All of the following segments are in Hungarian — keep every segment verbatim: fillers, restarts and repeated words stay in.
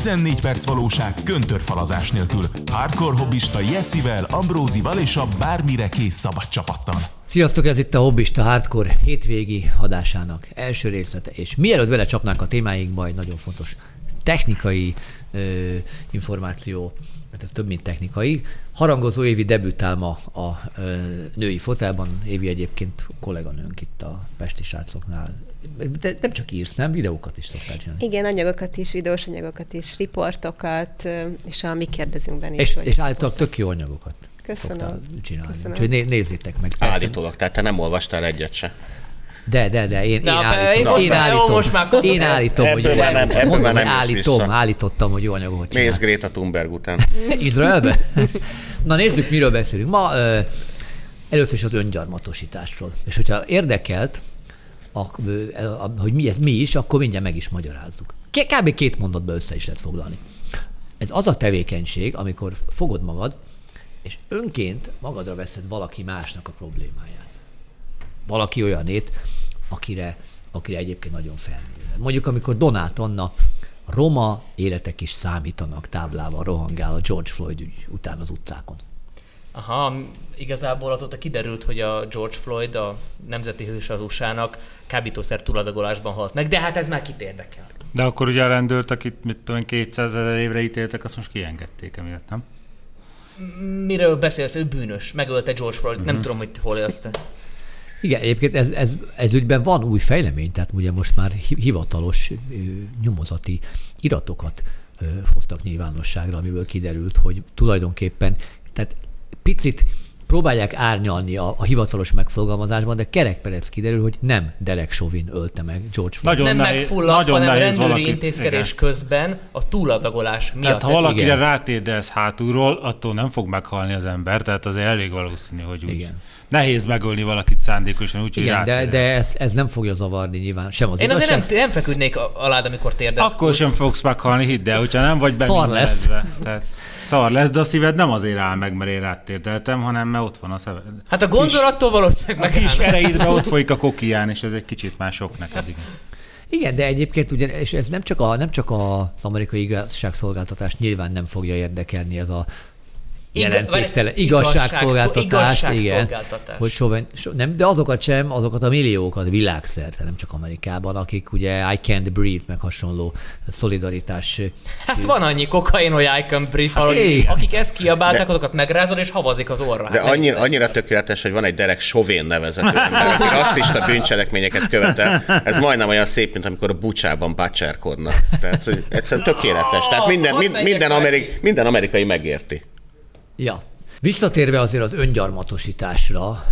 tizennégy perc valóság köntörfalazás nélkül. Hardcore hobbista Jessivel, Ambrózival és a bármire kész szabad csapattal. Sziasztok, ez itt a Hobbista Hardcore hétvégi adásának első részlete, és mielőtt belecsapnánk a témáinkba, egy nagyon fontos technikai ö, információ, hát ez több, mint technikai. Harangozó Évi debütál ma a ö, női fotelban. Évi egyébként kolléganőnk itt a Pesti srácoknál. De nem csak írsz, nem? Videókat is szoktál csinálni. Igen, anyagokat is, videós anyagokat is, riportokat, és a Mi kérdezünkben is. És, és állítólag tök jó anyagokat. Köszönöm. Csinálni. Úgyhogy né- nézzétek meg. Persze. Állítólag, tehát te nem olvastál egyet se. De, de, de, én, de én a, állítom, én állítom, most már én állítom, hogy jó nem, anyagot. Mondom, nem állítom, állítottam, hogy jó anyagot csinál. Mész Greta Thunberg után. Izraelbe? Na nézzük, miről beszélünk. Ma ö, először is az öngyarmatosításról. És hogyha érdekelt, a, a, hogy mi ez mi is, akkor mindjárt meg is magyarázzuk. Kb. két mondatba össze is lehet foglalni. Ez az a tevékenység, amikor fogod magad, és önként magadra veszed valaki másnak a problémáját. Valaki olyanét, akire, akire egyébként nagyon felnézel. Mondjuk, amikor Donát Anna roma életek is számítanak táblával rohangál a George Floyd ügy után az utcákon. Aha, igazából azóta kiderült, hogy a George Floyd, a nemzeti hős az u es á-nak kábítószer túladagolásban halt meg, de hát ez már kit érdekel. De akkor ugye a rendőrt, akit mit tudom, kétszázezer évre ítéltek, azt most kiengedték emiatt, nem? Miről beszélsz? Ő bűnös. Megölte George Floyd. Uh-huh. Nem tudom, hogy hol élsz. Igen, egyébként ez, ez, ez ügyben van új fejlemény, tehát ugye most már hivatalos nyomozati iratokat hoztak nyilvánosságra, amiből kiderült, hogy tulajdonképpen, tehát picit próbálják árnyalni a, a hivatalos megfogalmazásban, de kerekperec kiderül, hogy nem Derek Chauvin ölte meg George Floyd. Nagyon nem megfulladt, hanem rendőri valakit, intézkedés igen. közben a túladagolás miatt. Tehát ha valakire igen. rátérdez hátulról, attól nem fog meghalni az ember, tehát azért elég valószínű, hogy úgy igen. nehéz megölni valakit szándékosan, úgyhogy igen, de, de ez, ez nem fogja zavarni nyilván sem az Én igazság. azért nem, nem feküdnék alád, amikor térdez. Akkor tudsz. Sem fogsz meghalni, hidd el, hogyha nem vagy bemindelezve. Tehát szar lesz, de a szíved nem azért áll meg, mert én rátérdeltem, hanem mert ott van a szeved. Hát a gondolattól valószínűleg meg. A kis ereidben ott folyik a kokiján, és ez egy kicsit már sok neked. Igen, igen, de egyébként ugyan, és ez nem csak, a, nem csak az amerikai igazságszolgáltatás nyilván nem fogja érdekelni ez a jelentéktelen igazságszolgáltatás, igen, hogy soven, so, nem, de azokat sem, azokat a milliókat világszerte, nem csak Amerikában, akik ugye I can't breathe, meg hasonló szolidaritás. Hát van annyi kokain, hogy I can't breathe, hát valahogy, akik ezt kiabáltak, de, azokat megrázol és havazik az orra. De annyi, annyira tökéletes, hogy van egy Derek Chauvin nevezető ember, aki rasszista bűncselekményeket követel. Ez majdnem olyan szép, mint amikor a Bucsában bácsárkodnak. Tehát hogy egyszerűen tökéletes. Tehát minden, mind, minden, amerik, minden amerikai megérti. Ja. Visszatérve azért az öngyarmatosításra,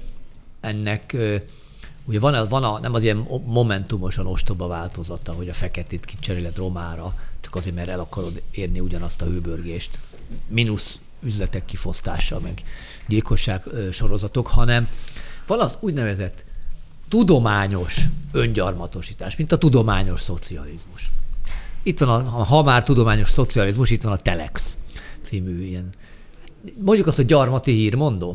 ennek ugye van, a, van a, nem az ilyen momentumosan ostoba változata, hogy a feketét kicseréled romára, csak azért, mert el akarod érni ugyanazt a hőbörgést, mínusz üzletek kifosztása, meg gyilkosság sorozatok, hanem van az úgynevezett tudományos öngyarmatosítás, mint a tudományos szocializmus. Itt van, a, ha már tudományos szocializmus, itt van a Telex című ilyen, mondjuk azt, hogy gyarmati hírmondó,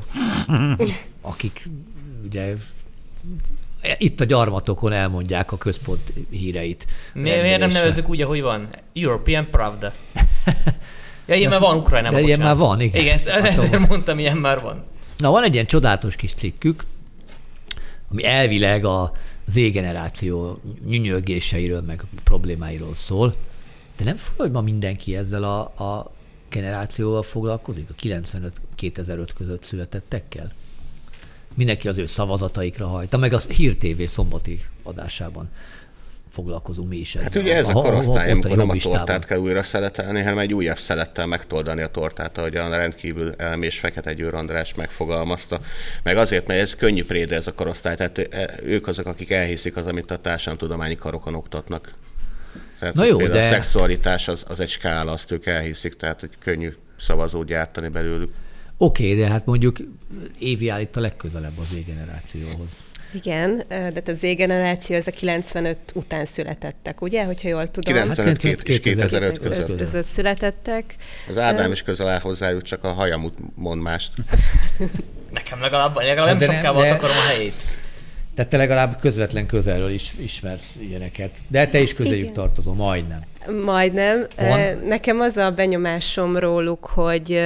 akik ugye itt a gyarmatokon elmondják a központ híreit. Miért, miért nem nevezzük úgy, ahogy van? European Pravda. Ja, ilyen már van Ukrajnában, de ilyen már van, igen. Igen, ezért mondtam, ilyen már van. Na, van egy ilyen csodálatos kis cikkük, ami elvileg a Z-generáció nyünyörgéseiről, meg problémáiról szól, de nem fog, hogy ma mindenki ezzel a, a generációval foglalkozik, a kilencvenöt kétezer-öt között születettekkel. Mindenki az ő szavazataikra hajta, meg a Hír té vé szombati adásában foglalkozunk mi is ezzel. Hát ugye ez a, a korosztály, amikor nem a tortát kell újra szeletelni, hanem egy újabb szelettel megtoldani a tortát, ahogyan a rendkívül elmé és Fekete Győr András megfogalmazta. Meg azért, mert ez könnyű préde ez a korosztály, tehát ők azok, akik elhiszik az, amit a társadalomtudományi karokon oktatnak. Tehát na jó, például de... a szexualitás az, az egy skála, azt ők elhiszik, tehát hogy könnyű szavazót gyártani belőlük. Oké, okay, de hát mondjuk Évi áll itt a legközelebb az Z-generációhoz. Igen, de a Z-generáció ez a kilencvenöt után születettek, ugye, hogyha jól tudom? kilencvenöt hát, és kétezer-öt között. között születettek. Az Ádám is közel áll hozzájuk, csak a hajam mond mást. Nekem legalább, legalább nem sokkal volt akarom a helyét. Tehát te legalább közvetlen közelről is ismersz ilyeneket. De te is közéjük tartozol, majdnem. Majdnem. Van? Nekem az a benyomásom róluk, hogy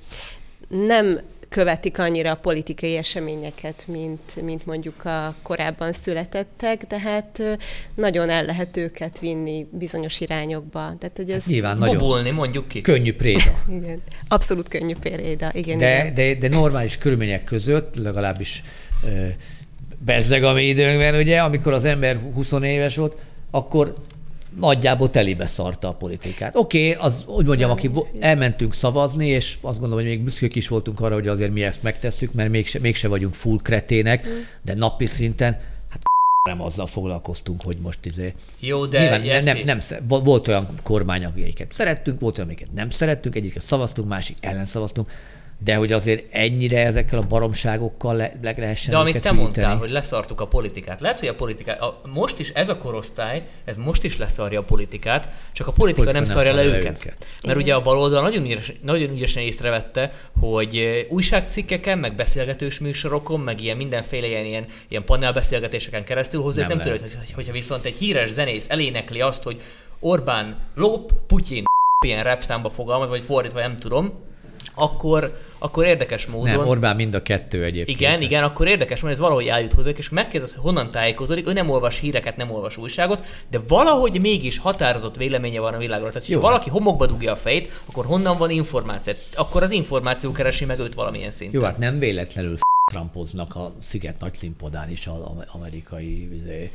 nem követik annyira a politikai eseményeket, mint, mint mondjuk a korábban születettek, de hát nagyon el lehet őket vinni bizonyos irányokba. Tehát, hogy ez nyilván nagyon bubulni, mondjuk ki. Könnyű préda. Igen. Abszolút könnyű préda, igen. De, igen. de, de normális körülmények között, legalábbis ö, bezzeg a mi időnkben, ugye, amikor az ember húsz éves volt, akkor nagyjából telibe szarta a politikát. Oké, okay, az, úgy mondjam, aki elmentünk szavazni, és azt gondolom, hogy még büszkék is voltunk arra, hogy azért mi ezt megtesszük, mert mégse, mégse vagyunk full kretének, de napi szinten, hát nem azzal foglalkoztunk, hogy most izé... Jó, de nyilván nem, nem, nem, volt olyan kormány, akiket szerettünk, volt olyan, amiket nem szerettünk, egyiket szavaztunk, másik ellen szavaztunk, de hogy azért ennyire ezekkel a baromságokkal le, le lehessen de amit te hűíteni. mondtál, hogy leszartuk a politikát. Lehet, hogy a politikát, a, most is ez a korosztály, ez most is leszarja a politikát, csak a politika, a politika nem, nem szarja le őket. őket. Mert ugye a baloldal nagyon, ügyes, nagyon ügyesen észrevette, hogy újságcikkeken, meg beszélgetős műsorokon, meg ilyen mindenféle ilyen, ilyen, ilyen panelbeszélgetéseken keresztül hozzá nem, nem törőd, hogy, hogyha viszont egy híres zenész elénekli azt, hogy Orbán lop, Putyin ilyen rap számba fogalmaz, vagy fordítva, nem tudom, Akkor, akkor érdekes módon... Nem, Orbán mind a kettő egyébként. Igen, igen, akkor érdekes módon ez valahogy eljut hozzájuk, és megkérdez, hogy honnan tájékozódik, ő nem olvas híreket, nem olvas újságot, de valahogy mégis határozott véleménye van a világról. Tehát, ha valaki homokba dugja a fejét, akkor honnan van információ? Akkor az információ keresi meg őt valamilyen szinten. Jó, hát nem véletlenül f*** Trumpoznak a Sziget nagy színpadán is az amerikai izé,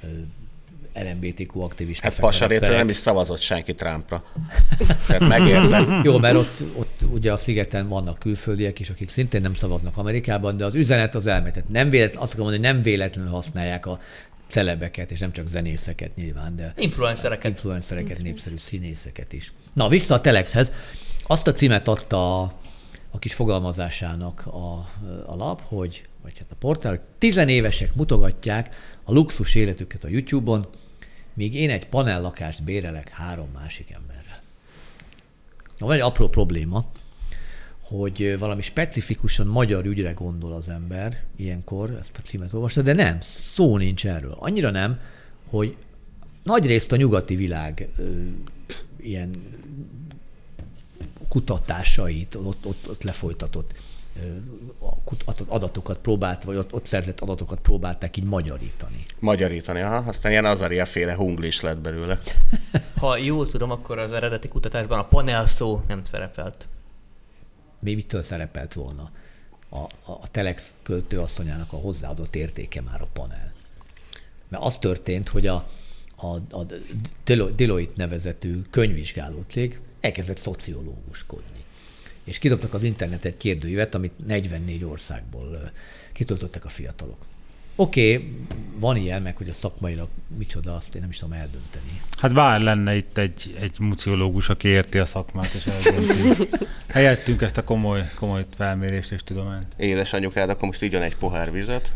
el em bé té kú aktivista. Hát Pasarétről nem is szavazott senki Trumpra. Tehát megértem. Jó, mert ott, ott ugye a szigeten vannak külföldiek is, akik szintén nem szavaznak Amerikában, de az üzenet az elmetett. Nem véletlen, azt akarom mondani, hogy nem véletlenül használják a celebeket, és nem csak zenészeket nyilván, de influencereket, influencereket népszerű színészeket is. Na, vissza a Telexhez. Azt a címet adta a, a kis fogalmazásának a, a lap, hogy, vagy hát a portál, hogy tizenévesek mutogatják a luxus életüket a YouTube-on, míg én egy panellakást bérelek három másik emberrel. Na, van egy apró probléma, hogy valami specifikusan magyar ügyre gondol az ember ilyenkor, ezt a címet olvasta, de nem, szó nincs erről. Annyira nem, hogy nagyrészt a nyugati világ ö, ilyen kutatásait, ott, ott, ott lefolytatott adatokat próbált, vagy ott, ott szerzett adatokat próbálták így magyarítani. Magyarítani, aha. Aztán ilyen Azaria féle hunglis lett belőle. Ha jól tudom, akkor az eredeti kutatásban a panel szó nem szerepelt. Mi mitől szerepelt volna? A, a, a Telex költőasszonyának a hozzáadott értéke már a panel. Mert az történt, hogy a, a, a Deloitte nevezetű könyvvizsgáló cég elkezdett szociológuskodni. És kidobtak az internetet kérdőívet, amit negyvennégy országból kitöltöttek a fiatalok. Oké, okay, van ilyen, meg hogy a szakmailag micsoda, azt én nem is tudom eldönteni. Hát bár lenne itt egy, egy muciológus, aki érti a szakmát, és eldönti. Helyettünk ezt a komoly, komoly felmérést és tudományt. Édesanyukád, akkor most igyon egy pohár vizet.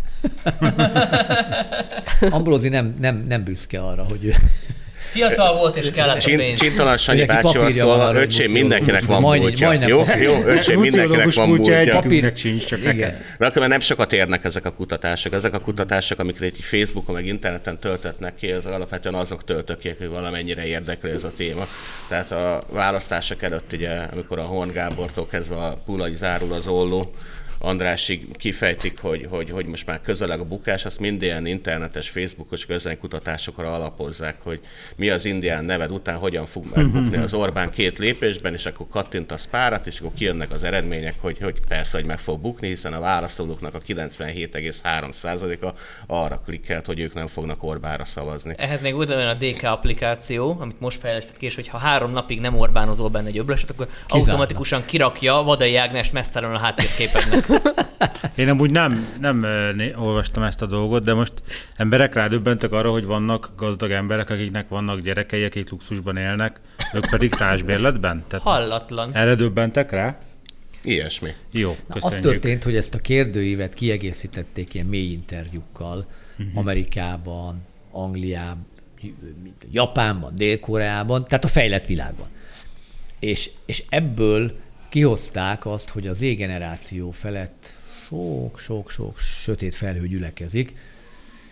Ambrózi nem, nem, nem büszke arra, hogy ő... Fiatal volt és kellett a pénz. Csintalan Sanyi bácsival szólva, öcsém, mindenkinek van múltja. Jó, jó, öcsém, mindenkinek van múltja. Papírnek sincs, csak neked. De akkor nem sokat érnek ezek a kutatások. Ezek a kutatások, amikre egy Facebookon, meg interneten töltetnek ki, az alapvetően azok töltök ki, hogy valamennyire érdekli ez a téma. Tehát a választások előtt, ugye, amikor a Horn Gábortól kezdve a Pulai zárul az olló, Andrásig kifejtik, hogy, hogy, hogy most már közeleg a bukás, azt mind ilyen internetes, Facebookos közönkutatásokra alapozzák, hogy mi az indián neved után, hogyan fog megbukni az Orbán két lépésben, és akkor kattintasz párat, és akkor kijönnek az eredmények, hogy, hogy persze, hogy meg fog bukni, hiszen a választóknak a kilencvenhét egész három százaléka arra klikkelt, hogy ők nem fognak Orbánra szavazni. Ehhez még úgy van a dé ká applikáció, amit most fejlesztett ki, és hogy ha három napig nem Orbánozol benne egy öblöset, akkor Kizárna. automatikusan kirakja Vadai Ágnes mesztelen a háttérképednek. Én amúgy nem, nem olvastam ezt a dolgot, de most emberek rádöbbentek arra, hogy vannak gazdag emberek, akiknek vannak gyerekei, akik luxusban élnek, ők pedig társbérletben? Tehát hallatlan. Erre döbbentek rá? Ilyesmi. Jó, köszönjük. Az történt, hogy ezt a kérdőívet kiegészítették ilyen mély interjúkkal uh-huh. Amerikában, Angliában, Japánban, Dél-Koreában, tehát a fejlett világban. És, és ebből kihozták azt, hogy az Z-generáció felett sok-sok-sok sötét felhő gyülekezik.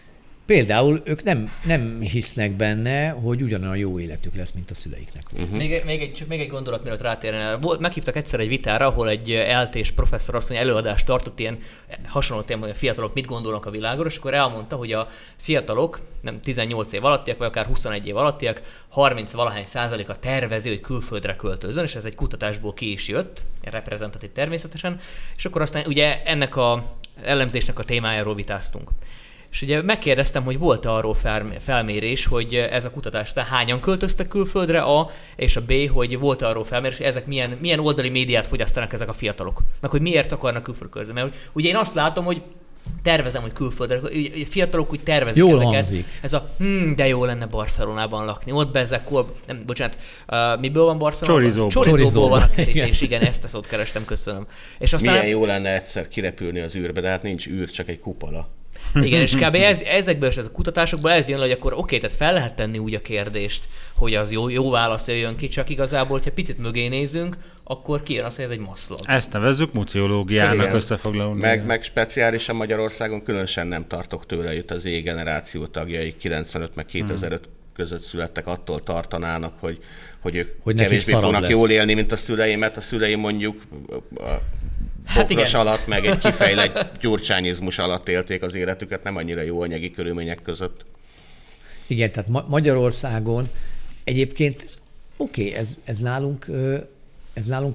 Például ők nem, nem hisznek benne, hogy ugyanolyan jó életük lesz, mint a szüleiknek volt. Uh-huh. Még, még, egy, csak még egy gondolat, mielőtt rátérne. Volt, meghívtak egyszer egy vitára, ahol egy eltés professzor asszony előadást tartott ilyen hasonló témában, hogy a fiatalok mit gondolnak a világról, és akkor elmondta, hogy a fiatalok, nem tizennyolc év alattiak, vagy akár huszonegy év alattiak, harminc valahány százaléka tervezi, hogy külföldre költözön, és ez egy kutatásból ki is jött, reprezentatív természetesen, és akkor aztán ugye ennek a elemzésnek a témájáról vitáztunk. És ugye megkérdeztem, hogy volt arról felmérés, hogy ez a kutatás, tehát hányan költöztek külföldre, A, és a B, hogy volt arról felmérés, hogy ezek milyen, milyen oldali médiát fogyasztanak ezek a fiatalok. Meg hogy miért akarnak külföldre költözni. Mert ugye én azt látom, hogy tervezem, hogy külföldre, hogy fiatalok úgy tervezik jól ezeket. Hangzik. Ez a, hm, de jó lenne Barcelonában lakni. Ott bezzek, kol, nem, bocsánat, uh, miből van Barcelonában? Csorizóból. Csorizóból van a kerítés, igen, ezt a szót kerestem, köszönöm. És aztán milyen jó lenne egyszer kirepülni az űrbe, de hát nincs űr, csak egy kupola. Igen, és kb. Ez, ezekből és ez a kutatásokból ez jön le, hogy akkor oké, tehát fel lehet tenni úgy a kérdést, hogy az jó, jó válasz jön ki, csak igazából, hogyha picit mögé nézünk, akkor kijön az, hogy ez egy maszlag. Ezt nevezzük muciológiának összefoglalóan. Meg, meg speciálisan Magyarországon különösen nem tartok tőle, hogy az Z generáció tagjai kilencvenöt meg kétezer-öt hmm. között születtek, attól tartanának, hogy, hogy ők hogy kevésbé fognak lesz. Jól élni, mint a szüleim, mert a szüleim mondjuk a bokros hát alatt, meg egy kifejlett gyurcsányizmus alatt élték az életüket, nem annyira jó anyagi körülmények között. Igen, tehát Ma- Magyarországon egyébként oké, okay, ez, ez nálunk, ez nálunk,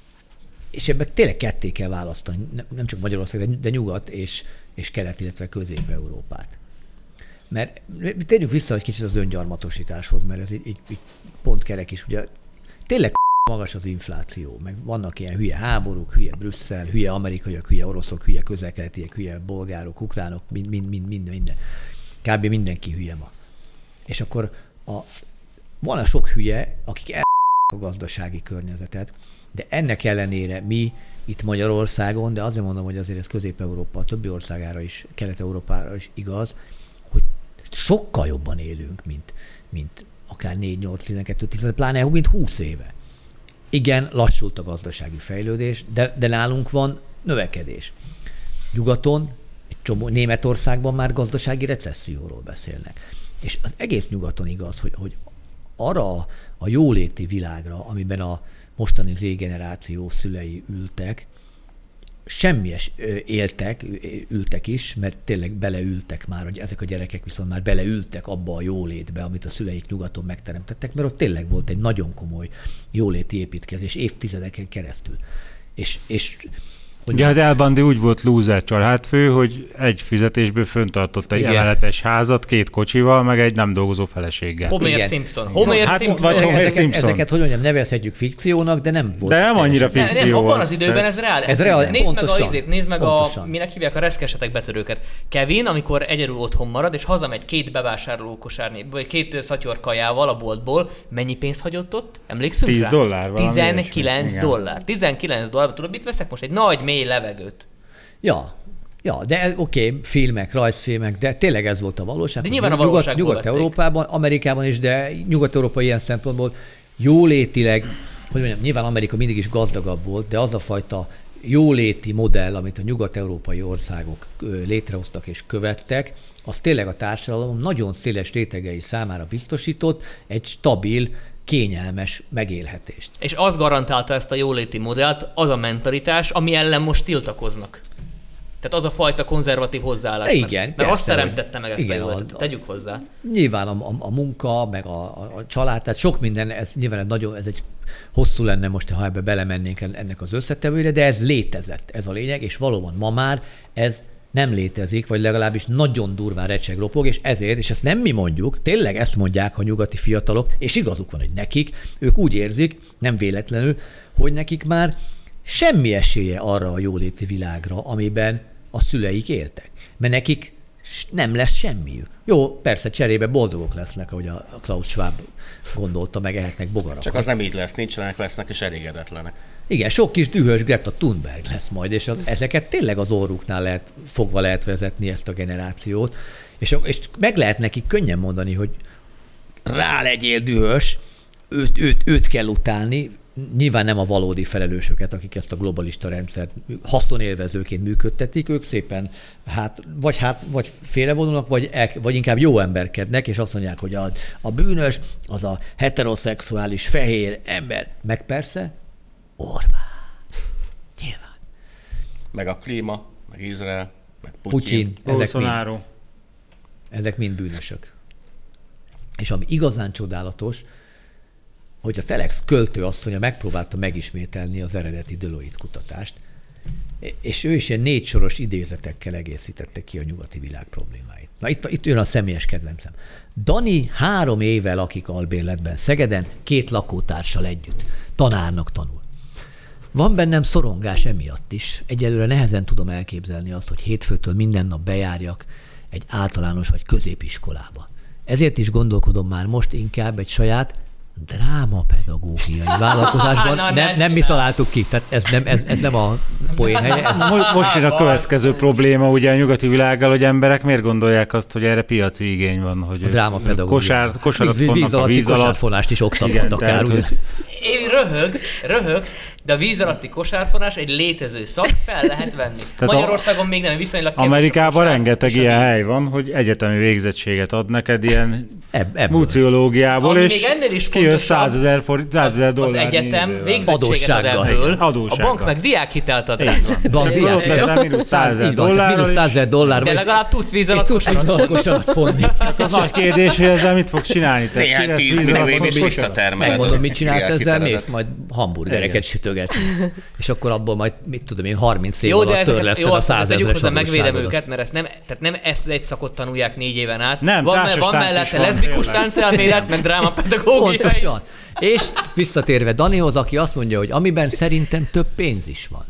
és ebben tényleg ketté kell választani, nem csak Magyarország, de, de Nyugat és, és Kelet, illetve Közép-Európát. Mert térjünk vissza egy kicsit az öngyarmatosításhoz, mert ez így, így, így pont kerek is, ugye tényleg magas az infláció, meg vannak ilyen hülye háborúk, hülye Brüsszel, hülye amerikaiak, hülye oroszok, hülye közel-keletiek, hülye bolgárok, ukránok, mind, mind, mind, mind, minden. Kb. Mindenki hülye ma. És akkor a, van a sok hülye, akik el a gazdasági környezetet, de ennek ellenére mi itt Magyarországon, de azért mondom, hogy azért ez Közép-Európa, a többi országára is, Kelet-Európára is igaz, hogy sokkal jobban élünk, mint, mint akár négy nyolc tizenkettő tizenöt, pláne mint húsz éve. Igen, lassult a gazdasági fejlődés, de, de nálunk van növekedés. Nyugaton, egy csomó, Németországban már gazdasági recesszióról beszélnek. És az egész nyugaton igaz, hogy, hogy arra a jóléti világra, amiben a mostani Z-generáció szülei ültek, semmies éltek, ültek is, mert tényleg beleültek már, hogy ezek a gyerekek viszont már beleültek abba a jólétbe, amit a szüleik nyugaton megteremtettek, mert ott tényleg volt egy nagyon komoly jóléti építkezés évtizedeken keresztül. És, és ugye az El Bandi úgy volt lúzer családfő, hogy egy fizetésből föntartott egy emeletes házat, két kocsival, meg egy nem dolgozó feleséggel. Homer Simpson. Homer hát, Simpson. Vagy Homer ezeket, Simpson. Ezeket, hogy mondjam, nevezhetjük fikciónak, de nem volt. De nem annyira fikció. Nem, abban az időben ez reál. Ez reál, nézd pontosan, meg a izét, nézd meg pontosan. a, minek hívják a reszkesetek betörőket. Kevin, amikor egyedül otthon marad, és hazamegy két bevásárló kosárné, vagy két szatyor kajával a boltból, mennyi pénzt hagyott ott? Emlékszünk tíz rá? dollár valami. tizenkilenc dollár. tizenkilenc dollár. Tudod, mit veszek most? Egy nagy, mély levegőt. Ja, ja, de oké, okay, filmek, rajzfilmek, de tényleg ez volt a valóság. De nyilván a valóságból Nyugat, Nyugat-Európában, Amerikában is, de Nyugat-Európa ilyen szempontból jólétileg, hogy mondjam, nyilván Amerika mindig is gazdagabb volt, de az a fajta jóléti modell, amit a nyugat-európai országok létrehoztak és követtek, az tényleg a társadalom nagyon széles rétegei számára biztosított egy stabil, kényelmes megélhetést. És az garantálta ezt a jóléti modellt, az a mentalitás, ami ellen most tiltakoznak. Tehát az a fajta konzervatív hozzáállás. Igen, mert, mert persze, azt teremtette meg ezt igen, a jólétet. a, Tegyük hozzá. Nyilván a, a, a munka, meg a, a család, tehát sok minden, ez nyilván ez nagyon, ez egy hosszú lenne most, ha ebbe belemennénk ennek az összetevőre, de ez létezett, ez a lényeg, és valóban ma már ez nem létezik, vagy legalábbis nagyon durván recseg ropog, és ezért, és ezt nem mi mondjuk, tényleg ezt mondják a nyugati fiatalok, és igazuk van, hogy nekik, ők úgy érzik, nem véletlenül, hogy nekik már semmi esélye arra a jóléti világra, amiben a szüleik éltek. Mert nekik nem lesz semmiük. Jó, persze cserébe boldogok lesznek, ahogy a Klaus Schwab gondolta, meg ehetnek bogarakat. Csak az nem így lesz, nincsenek, lesznek és elégedetlenek. Igen, sok kis dühös Greta Thunberg lesz majd, és az, ezeket tényleg az orruknál lehet, fogva lehet vezetni ezt a generációt, és, és meg lehet nekik könnyen mondani, hogy rá legyél dühös, őt, őt, őt kell utálni, nyilván nem a valódi felelősöket, akik ezt a globalista rendszert haszonélvezőként működtetik, ők szépen hát, vagy, hát, vagy félrevonulnak, vagy, el, vagy inkább jó emberkednek, és azt mondják, hogy a, a bűnös az a heteroszexuális fehér ember. Meg persze Orbán. Nyilván. Meg a klíma, meg Izrael, meg Putyin. Putyin. Ezek mind, ezek mind bűnösök. És ami igazán csodálatos, hogy a Telex költő asszonya megpróbálta megismételni az eredeti Deloitte kutatást, és ő is ilyen négy soros idézetekkel egészítette ki a nyugati világ problémáit. Na itt, itt jön a személyes kedvencem. Dani három éve lakik albérletben Szegeden, két lakótársal együtt. Tanárnak tanul. Van bennem szorongás emiatt is. Egyelőre nehezen tudom elképzelni azt, hogy hétfőtől minden nap bejárjak egy általános vagy középiskolába. Ezért is gondolkodom már most inkább egy saját drámapedagógiai vállalkozásban. Na, nem, nem mi találtuk ki, tehát ez nem, ez, ez nem a poén helye. Ez... Most jön a következő probléma ugye a nyugati világgal, hogy emberek miért gondolják azt, hogy erre piaci igény van, hogy a drámapedagógia. Kosár, kosarat víz, fonnak víz a víz alatt. Kosárfonást is oktathat akár. Hogy... Én röhög, röhögsz, de a víz alatti kosárfonás egy létező szak, fel lehet venni. Tehát Magyarországon a... még nem, viszonylag kevés. Amerikában rengeteg ilyen hely van, hogy egyetemi végzettséget ad neked ilyen ebb, muciológiából, és kijössz százezer dollár. Az egyetem végzettséget ad ebből, a bank meg diákhitelt ad rá. Ott leszel mínusz százezer dollár. Mínusz százezer dollár. De legalább tudsz víz alatt kosarat fonni. Az nagy kérdés, hogy ezzel mit fogsz csinálni? Néhány tíz millió éves visszatermeled. Megmondom, mit csinálsz ezzel, mész majd hamburgereket sütögetni. És akkor abból majd, mit tudom én, harminc év alatt törleszted a százezres adósságodat. Megvédem őket, mert ezt nem, tehát nem ezt az egy szakot tanulják négy éven át. Nem, van, van mellette leszbikus táncelmélet, meg drámapedagógiai. Pontosan. És visszatérve Danihoz, aki azt mondja, hogy amiben szerintem több pénz is van.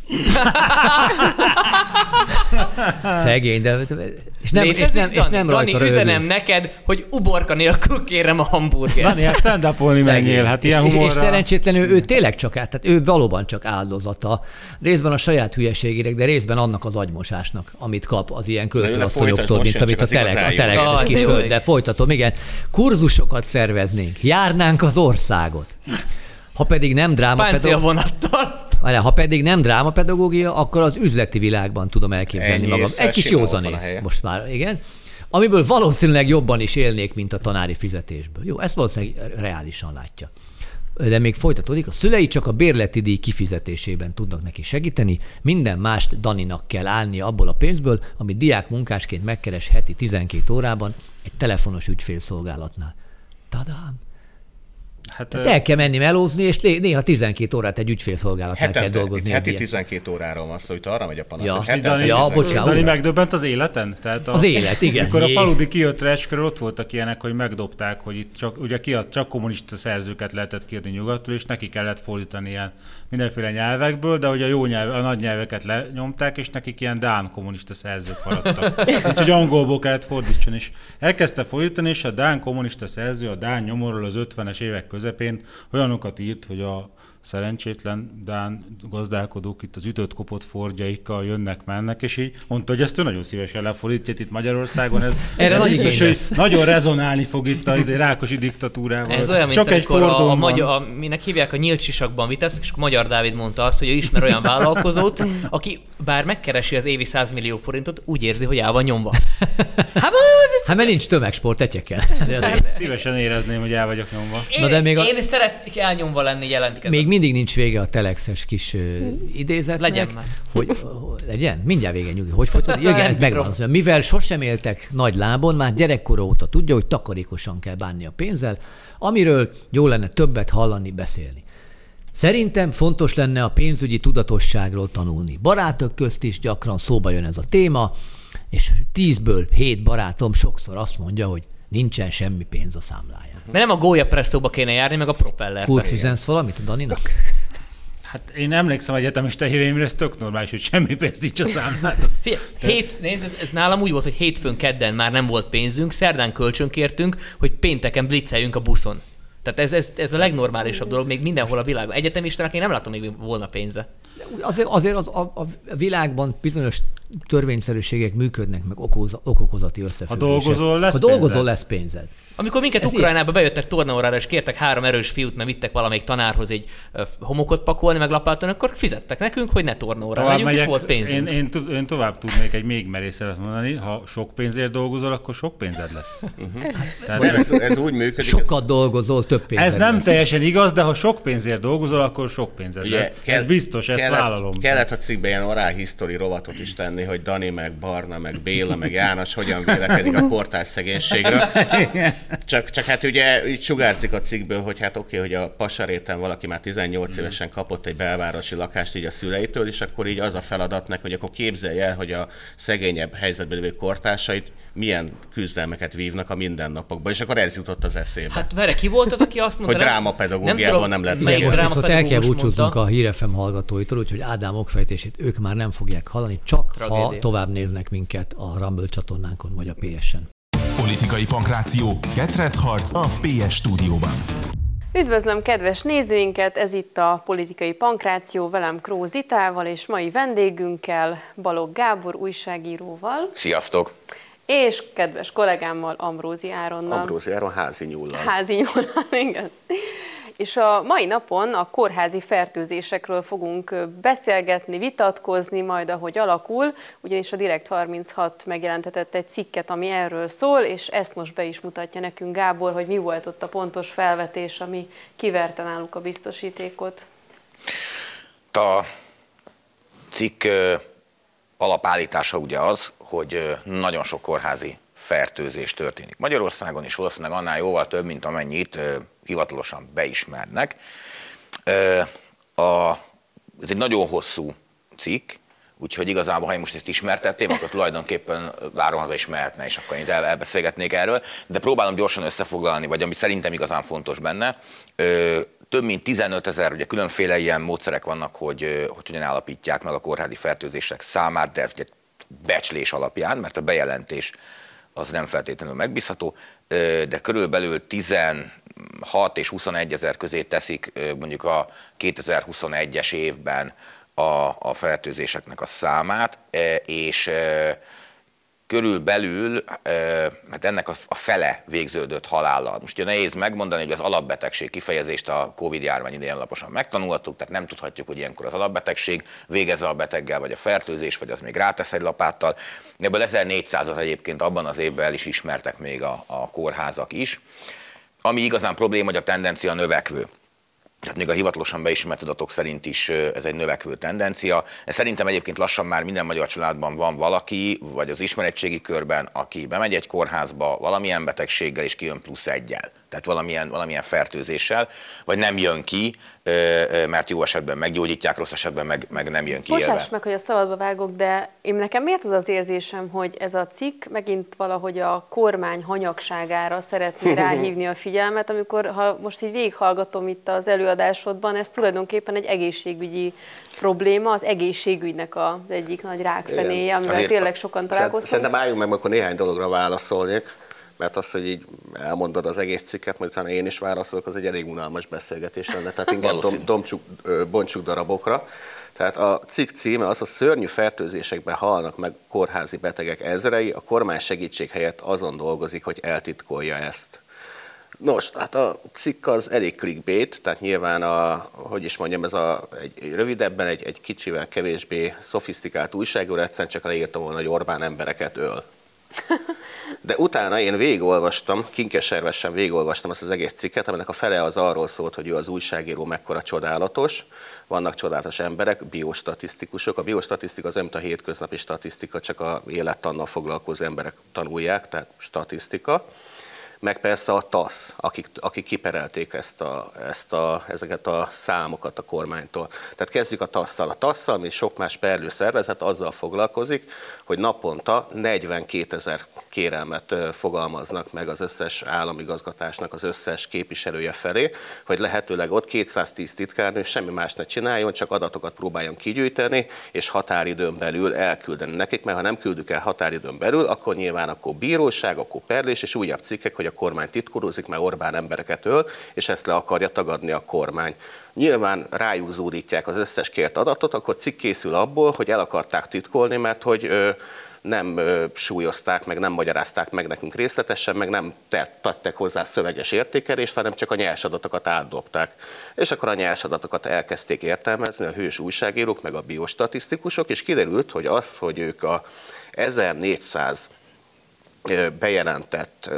Szegény, de... És nem, és nem, és nem rajta Dani, üzenem neked, hogy uborka nélkül kérem a hamburgert. Dani, hát stand-upolni menjél, hát ilyen és, humorra. És, és szerencsétlenül ő tényleg csak át, tehát ő valóban csak áldozata. Részben a saját hülyeségének, de részben annak az agymosásnak, amit kap az ilyen költőasszonyoktól, mint amit a Telex, a Telexes kis hölgy. De folytatom, igen. Kurzusokat szerveznénk, járnánk az országot. Ha pedig nem drámapedagógia, ha pedig nem drámapedagógia, akkor az üzleti világban tudom elképzelni Ennyi magam. Egy kis józanész most már, igen. Amiből valószínűleg jobban is élnék, mint a tanári fizetésből. Jó, ezt valószínűleg reálisan látja. De még folytatódik, a szülei csak a bérleti díj kifizetésében tudnak neki segíteni, minden mást Daninak kell állnia abból a pénzből, amit diák munkásként megkeres heti tizenkét órában egy telefonos ügyfélszolgálatnál. Tadám! Hát, hát el kell menni melózni, és néha tizenkét órát egy ügyfélszolgálatnál kell dolgozni. Heti tizenkét óráról van szó, hogy arra megy a panasz. Ja, Dani, Dani, ja, bocsánat. Dani megdöbbent az életen? Tehát a, az élet, igen. Amikor a faludi kijött Recskről, ott voltak ilyenek, hogy megdobták, hogy itt csak, ugye kiad, csak kommunista szerzőket lehetett kiadni nyugatról, és neki kellett fordítani ilyen mindenféle nyelvekből, de hogy a jó nyelv, a nagy nyelveket lenyomták, és nekik ilyen dán kommunista szerzők maradtak. Úgyhogy angolból kellett fordítson, és elkezdte fordítani, és a dán kommunista szerző a dán nyomorról az ötvenes évek közepén olyanokat írt, hogy a szerencsétlen dán gazdálkodók itt az ütött-kopott fordjaikkal jönnek-mennek, és így mondta, hogy ezt ő nagyon szívesen lefordítja itt Magyarországon. Ez, ez biztos, hogy nagyon rezonálni fog itt a Rákosi diktatúrával. Ez olyan, Csak mint egy fordulón a, a, magyar, a, minek hívják, a nyílt sisakban vitesztek, és akkor Magyar Dávid mondta azt, hogy ő ismer olyan vállalkozót, aki bár megkeresi az évi száz millió forintot, úgy érzi, hogy el van nyomva. Hát, hát mert nincs tömegsport, etyekkel. Szívesen érezném, hogy el vagyok nyomva. Én, Na de még a... én szeretnék elnyomva lenni, jelentkezem. Még mindig nincs vége a telexes kis uh, idézetnek. Legyen már. Hogy, uh, legyen? Mindjárt vége, nyugi. Hogy folytatod? Igen, ez megvan az. Mivel sosem éltek nagy lábon, már gyerekkora óta tudja, hogy takarékosan kell bánni a pénzzel, amiről jó lenne többet hallani, beszélni. Szerintem fontos lenne a pénzügyi tudatosságról tanulni. Barátok közt is gyakran szóba jön ez a téma, és tízből hét barátom sokszor azt mondja, hogy nincsen semmi pénz a számláján. De nem a Gólya Presszóba kéne járni, meg a Propeller. Kurt, üzensz valamit a Daninak? Hát én emlékszem egyetemista éveimre, ez tök normális, hogy semmi pénz nincs a számládon. Figyelj, hét, nézd, ez, ez nálam úgy volt, hogy hétfőn, kedden már nem volt pénzünk, szerdán kölcsönkértünk, hogy pénteken blitzeljünk a buszon. Tehát ez, ez, ez a legnormálisabb dolog még mindenhol a világban. Egyetemistának én nem látom még volna pénze. azért, azért az, a, a világban bizonyos törvényszerűségek működnek, meg okoz, okokozati összefüggések. Ha dolgozol, lesz Ha dolgozol, lesz pénzed. Amikor minket Ez Ukrajnába bejöttek tornaórára, és kértek három erős fiút, mert vittek valamelyik tanárhoz egy homokot pakolni, meg lapátolni, akkor fizettek nekünk, hogy ne tornaórára megyünk, és volt pénzünk. Én, én, én tovább tudnék egy még merészebbet mondani, ha sok pénzért dolgozol, akkor sok pénzed lesz. Uh-huh. Tehát ez, ez úgy működik. Sokat ez... dolgozol, több pénzed Ez nem lesz. teljesen igaz, de ha sok pénzért dolgozol, akkor sok pénzed Ugye, lesz. Kell, ez biztos, ezt kellett, vállalom. Kellett a cikkben ilyen oral history rovatot is tenni, hogy Dani, meg Barna, meg Béla, meg János hogyan vélekedik a kortárs szegénységről. Csak, csak hát ugye így sugárzik a cikkből, hogy hát oké, hogy a Pasaréten valaki már tizennyolc évesen kapott egy belvárosi lakást így a szüleitől, és akkor így az a feladatnak, hogy akkor képzelje el, hogy a szegényebb helyzetben lévő kortársait milyen küzdelmeket vívnak a mindennapokban, és akkor ez jutott az eszébe. Hát vele ki volt az, aki azt mondta, hogy drámapedagógiában nem, nem lehet megérni. Most viszont el kell búcsúznunk a Hír ef em hallgatóitól, úgyhogy Ádám okfejtését ők már nem fogják hallani, csak Tragédia. Ha tovább néznek minket a Rumble csatornánkon vagy a pé es-en. Politikai pankráció, ketrecharc a pé es stúdióban. Üdvözlöm kedves nézőinket, ez itt a Politikai Pankráció, velem Kró Zitával és mai vendégünkkel, Balogh Gábor újságíróval. Sziasztok! És kedves kollégámmal, Ambrózi Áronnal. Ambrózi Áron házi nyúllal. Házi nyúllal, igen. És a mai napon a kórházi fertőzésekről fogunk beszélgetni, vitatkozni, majd ahogy alakul, ugyanis a Direkt harminchat megjelentetett egy cikket, ami erről szól, és ezt most be is mutatja nekünk Gábor, hogy mi volt ott a pontos felvetés, ami kiverte náluk a biztosítékot. A cikk alapállítása ugye az, hogy nagyon sok kórházi fertőzés történik Magyarországon, és valószínűleg annál jóval több, mint amennyit hivatalosan beismernek. A, ez egy nagyon hosszú cikk, úgyhogy igazából, ha én most ezt ismertetném, akkor tulajdonképpen várom haza is mehetne, és akkor én el, elbeszélgetnék erről, de próbálom gyorsan összefoglalni, vagy ami szerintem igazán fontos benne. Több mint tizenöt ezer, ugye különféle ilyen módszerek vannak, hogy, hogy hogyan állapítják meg a kórházi fertőzések számát, de ugye becslés alapján, mert a bejelentés az nem feltétlenül megbízható, de körülbelül tizenhat és huszonegy ezer közé teszik mondjuk a kétezer-huszonegyes évben a, a fertőzéseknek a számát, és körülbelül hát ennek a fele végződött halállal. Most ugye nehéz megmondani, hogy az alapbetegség kifejezést a Covid-járvány idején alaposan megtanultuk, tehát nem tudhatjuk, hogy ilyenkor az alapbetegség végez a beteggel, vagy a fertőzés, vagy az még rátesz egy lapáttal. Ebből ezernégyszázat egyébként abban az évben el is ismertek még a, a kórházak is. Ami igazán probléma, hogy a tendencia növekvő. Tehát még a hivatalosan beismert adatok szerint is ez egy növekvő tendencia. Szerintem egyébként lassan már minden magyar családban van valaki, vagy az ismeretségi körben, aki bemegy egy kórházba valamilyen betegséggel és kijön plusz egyel. Tehát valamilyen, valamilyen fertőzéssel, vagy nem jön ki, mert jó esetben meggyógyítják, rossz esetben meg, meg nem jön ki élve. Bocsáss meg, hogy a szabadba vágok, de én nekem miért az az érzésem, hogy ez a cikk megint valahogy a kormány hanyagságára szeretné ráhívni a figyelmet, amikor ha most így végighallgatom itt az előadásodban, ez tulajdonképpen egy egészségügyi probléma, az egészségügynek az egyik nagy rákfenéje, amivel Azért tényleg sokan találkoztunk. Szerintem álljunk meg, akkor néhány dologra válaszolnék. Mert az, hogy így elmondod az egész cikket, majd utána én is válaszolok, az egy elég unalmas beszélgetés lenne. Tehát inkább dom, domcsuk, bontsuk darabokra. Tehát a cikk címe az, a szörnyű fertőzésekben halnak meg kórházi betegek ezrei, a kormány segítség helyett azon dolgozik, hogy eltitkolja ezt. Nos, hát a cikk az elég clickbait, tehát nyilván a, hogy is mondjam, ez a, egy, rövidebben egy, egy kicsivel kevésbé szofisztikált újságúr, egyszerűen csak leírtam volna, hogy Orbán embereket öl. De utána én végigolvastam, kinkeservesen végigolvastam azt az egész cikket, aminek a fele az arról szólt, hogy ő az újságíró mekkora csodálatos, vannak csodálatos emberek, biostatisztikusok. A biostatisztika az nem a hétköznapi statisztika, csak a élettannal foglalkozó emberek tanulják, tehát statisztika. Meg persze a TASZ, akik, akik kiperelték ezt a, ezt a, ezeket a számokat a kormánytól. Tehát kezdjük a TASZ-szal. A TASZ-szal, mint sok más perlő szervezet, azzal foglalkozik, hogy naponta negyvenkétezer kérelmet fogalmaznak meg az összes államigazgatásnak az összes képviselője felé, hogy lehetőleg ott kétszáztíz titkárnő semmi más ne csináljon, csak adatokat próbáljon kigyűjteni, és határidőn belül elküldeni nekik, mert ha nem küldük el határidőn belül, akkor nyilván akkor bíróság, akkor perlés, és újabb cikkek, hogy a a kormány titkolózik, mert Orbán embereket öl, és ezt le akarja tagadni a kormány. Nyilván rájuk zúdítják az összes kért adatot, akkor cikk készül abból, hogy el akarták titkolni, mert hogy ö, nem ö, súlyozták, meg nem magyarázták meg nekünk részletesen, meg nem tettek hozzá szöveges értékelést, hanem csak a nyers adatokat átdobták. És akkor a nyers adatokat elkezdték értelmezni a hős újságírók, meg a biostatisztikusok, és kiderült, hogy az, hogy ők a ezernégyszáz bejelentett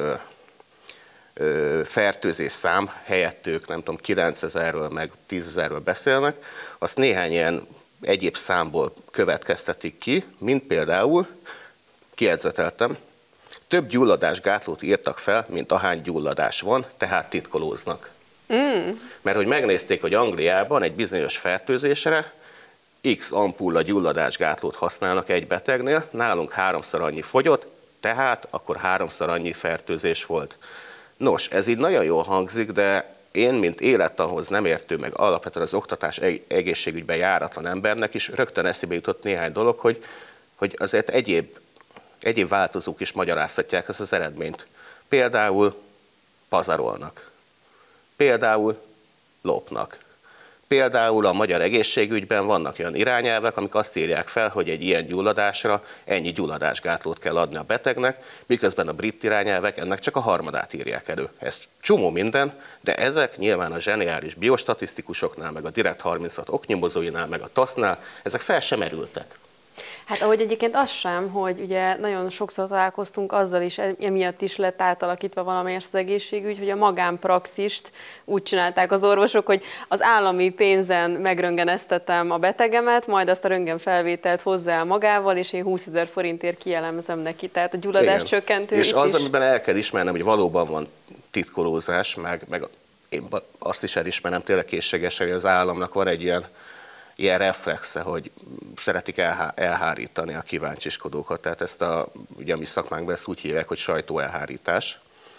fertőzés szám helyett ők nem tudom kilencezerről meg tízezerről beszélnek, azt néhány ilyen egyéb számból következtetik ki, mint például, kiedzeteltem, több gyulladásgátlót írtak fel, mint ahány gyulladás van, tehát titkolóznak. Mm. Mert hogy megnézték, hogy Angliában egy bizonyos fertőzésre X ampulla gyulladásgátlót használnak egy betegnél, nálunk háromszor annyi fogyott, tehát akkor háromszor annyi fertőzés volt. Nos, ez így nagyon jól hangzik, de én, mint élettanhoz nem értő, meg alapvetően az oktatás egészségügyben járatlan embernek is rögtön eszébe jutott néhány dolog, hogy, hogy azért egyéb, egyéb változók is magyarázhatják ezt az eredményt. Például pazarolnak. Például lopnak. Például a magyar egészségügyben vannak olyan irányelvek, amik azt írják fel, hogy egy ilyen gyulladásra ennyi gyulladásgátlót kell adni a betegnek, miközben a brit irányelvek ennek csak a harmadát írják elő. Ez csomó minden, de ezek nyilván a zseniális biostatisztikusoknál, meg a Direkt harminchat oknyomozóinál, meg a tasznál, ezek fel sem merültek. Hát ahogy egyébként az sem, hogy ugye nagyon sokszor találkoztunk azzal is, emiatt is lett átalakítva valamelyest az egészségügy, hogy a magánpraxist úgy csinálták az orvosok, hogy az állami pénzen megröntgeneztetem a betegemet, majd azt a röntgenfelvételt hozzá el magával, és én húszezer forintért kielemzem neki. Tehát a gyulladás csökkentő. És az, is... amiben el kell ismernem, hogy valóban van titkolózás, meg, meg én azt is elismerem tényleg készségesen, hogy az államnak van egy ilyen ilyen reflexe, hogy szeretik elhá- elhárítani a kíváncsiskodókat. Tehát ezt a, ugye a mi szakmánkban ezt úgy hívják, hogy sajtóelhárítás.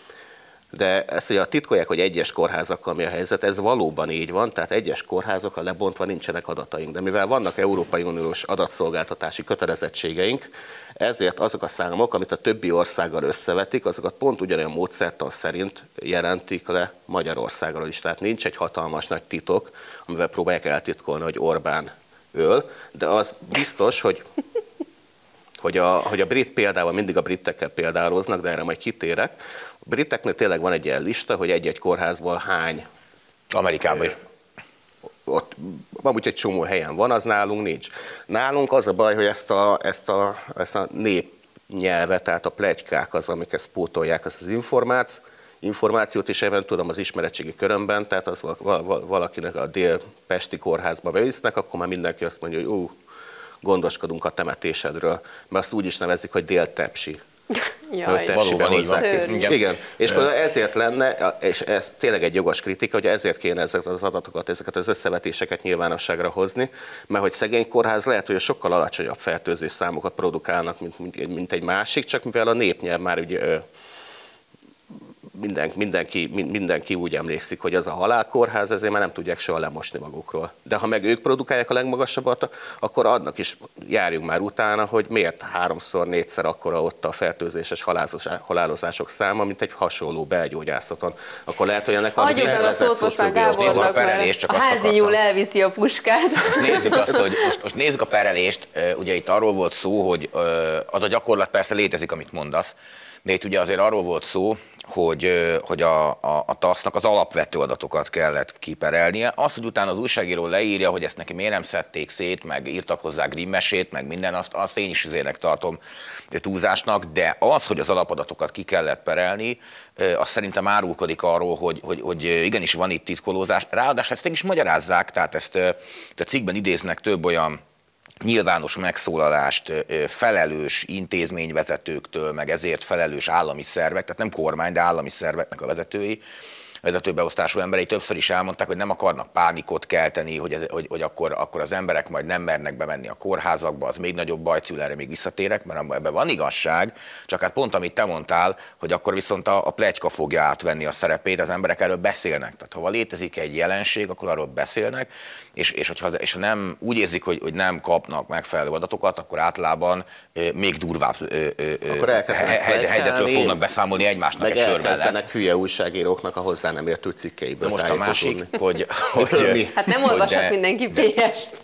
De ezt ugye titkolják, hogy egyes kórházakkal mi a helyzet, ez valóban így van, tehát egyes kórházakkal lebontva nincsenek adataink. De mivel vannak Európai Uniós adatszolgáltatási kötelezettségeink, ezért azok a számok, amit a többi országgal összevetik, azokat pont ugyanolyan módszertan szerint jelentik le Magyarországról is. Tehát nincs egy hatalmas nagy titok, amivel próbálják eltitkolni, hogy Orbán öl, de az biztos, hogy, hogy, a, hogy a brit példával mindig a britekkel példáloznak, de erre majd kitérek. A briteknél tényleg van egy ilyen lista, hogy egy-egy kórházból hány... Amerikában is. Ott amúgy egy csomó helyen van, az nálunk nincs. Nálunk az a baj, hogy ezt a, ezt a, ezt a népnyelvet, tehát a pletykák az, amik ezt pótolják, ezt az információt, információt is ebben tudom az ismeretségi körömben, tehát az valakinek a dél-pesti kórházba bevisznek, akkor már mindenki azt mondja, hogy ú, gondoskodunk a temetésedről, mert azt úgy is nevezik, hogy dél-tepsi. Jaj, valóban így van. Igen. Igen. És ezért lenne, és ez tényleg egy jogos kritika, hogy ezért kéne ezeket az adatokat, ezeket az összevetéseket nyilvánosságra hozni, mert hogy szegény kórház lehet, hogy sokkal alacsonyabb fertőzés számokat produkálnak, mint, mint egy másik, csak mivel a népnyelv már ugye Minden, mindenki, mindenki úgy emlékszik, hogy ez a halálkórház, ezért már nem tudják soha lemosni magukról. De ha meg ők produkálják a legmagasabbat, akkor annak is járjunk már utána, hogy miért háromszor, négyszer akkora ott a fertőzéses halálozások száma, mint egy hasonló belgyógyászaton. Akkor lehet, hogy ennek az Adjuk el a szót most már Gábornak, mert a házi nyúl elviszi a puskát. Most nézzük azt, hogy most, most nézzük a perelést. Ugye itt arról volt szó, hogy az a gyakorlat persze létezik, amit mondasz, de itt ugye azért arról volt szó, hogy, hogy a, a, a tasznak az alapvető adatokat kellett kiperelnie. Az, hogy utána az újságíró leírja, hogy ezt neki miért nem szedték szét, meg írtak hozzá grimmesét, meg minden, azt, azt én is azért tartom túlzásnak, de az, hogy az alapadatokat ki kellett perelni, az szerintem árulkodik arról, hogy, hogy, hogy igenis van itt titkolózás. Ráadásul ezt is magyarázzák, tehát ezt a cikkben idéznek több olyan nyilvános megszólalást felelős intézményvezetőktől, meg ezért felelős állami szervek, tehát nem kormány, de állami szerveknek a vezetői, vezetőbeosztású emberei többször is elmondták, hogy nem akarnak pánikot kelteni, hogy, ez, hogy, hogy akkor, akkor az emberek majd nem mernek bemenni a kórházakba, az még nagyobb baj szül, erre még visszatérek, mert ebben van igazság, csak hát pont amit te mondtál, hogy akkor viszont a, a pletyka fogja átvenni a szerepét, az emberek erről beszélnek. Tehát ha létezik egy jelenség, akkor arról beszélnek, és, és, hogyha, és ha nem úgy érzik, hogy, hogy nem kapnak megfelelő adatokat, akkor általában még durvább helyzetről fognak beszámolni egymásnak egy sör mellett. Elkezdenek hülye újságíróknak a hozzá nem értő cikkeiből. Most a másik, hogy... hogy hát nem olvashat mindenki bé est.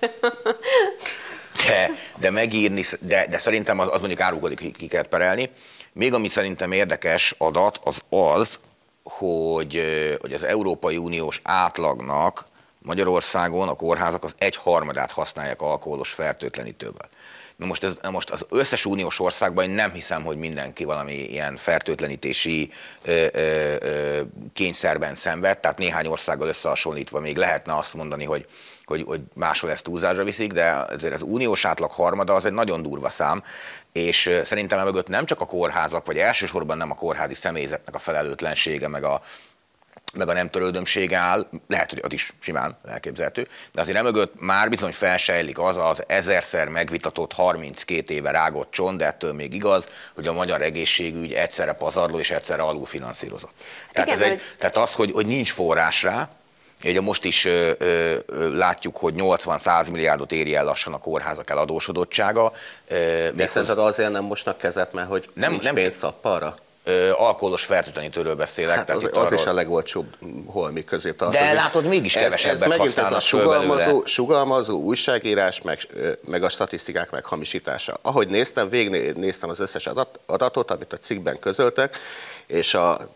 De, de megírni, de, de szerintem az, az mondjuk árulkodik, ki kell perelni. Még ami szerintem érdekes adat, az az, hogy, hogy az Európai Uniós átlagnak Magyarországon a kórházak az egy harmadát használják alkoholos fertőtlenítővel. Na most, ez, most az összes uniós országban én nem hiszem, hogy mindenki valami ilyen fertőtlenítési ö, ö, ö, kényszerben szenved, tehát néhány országgal összehasonlítva még lehetne azt mondani, hogy, hogy, hogy máshol ezt túlzásra viszik, de azért az uniós átlag harmada az egy nagyon durva szám, és szerintem mögött nem csak a kórházak, vagy elsősorban nem a kórházi személyzetnek a felelőtlensége, meg a meg a nem törődömsége áll, lehet, hogy az is simán elképzelhető, de azért emögött már bizony felsejlik az az ezerszer megvitatott harminckét éve rágott csont, de ettől még igaz, hogy a magyar egészségügy egyszerre pazarló és egyszerre alulfinanszírozott. Tehát, ez egy, tehát az, hogy, hogy nincs forrás rá, ugye most is ö, ö, látjuk, hogy nyolcvan-száz milliárdot éri el lassan a kórházak eladósodottsága. Ö, de szerinted azért nem mosnak kezet, mert hogy nem, nincs nem, pénz szappalra? Alkoholos fertőtlenítőről beszélek. Hát az, az arról... is a legolcsóbb holmi közé tartozik. De látod, mégis kevesebbet ez, ez használnak ez a sugalmazó, sugalmazó újságírás, meg, meg a statisztikák meghamisítása. Ahogy néztem, végignéztem az összes adat, adatot, amit a cikkben közöltek, és a, a,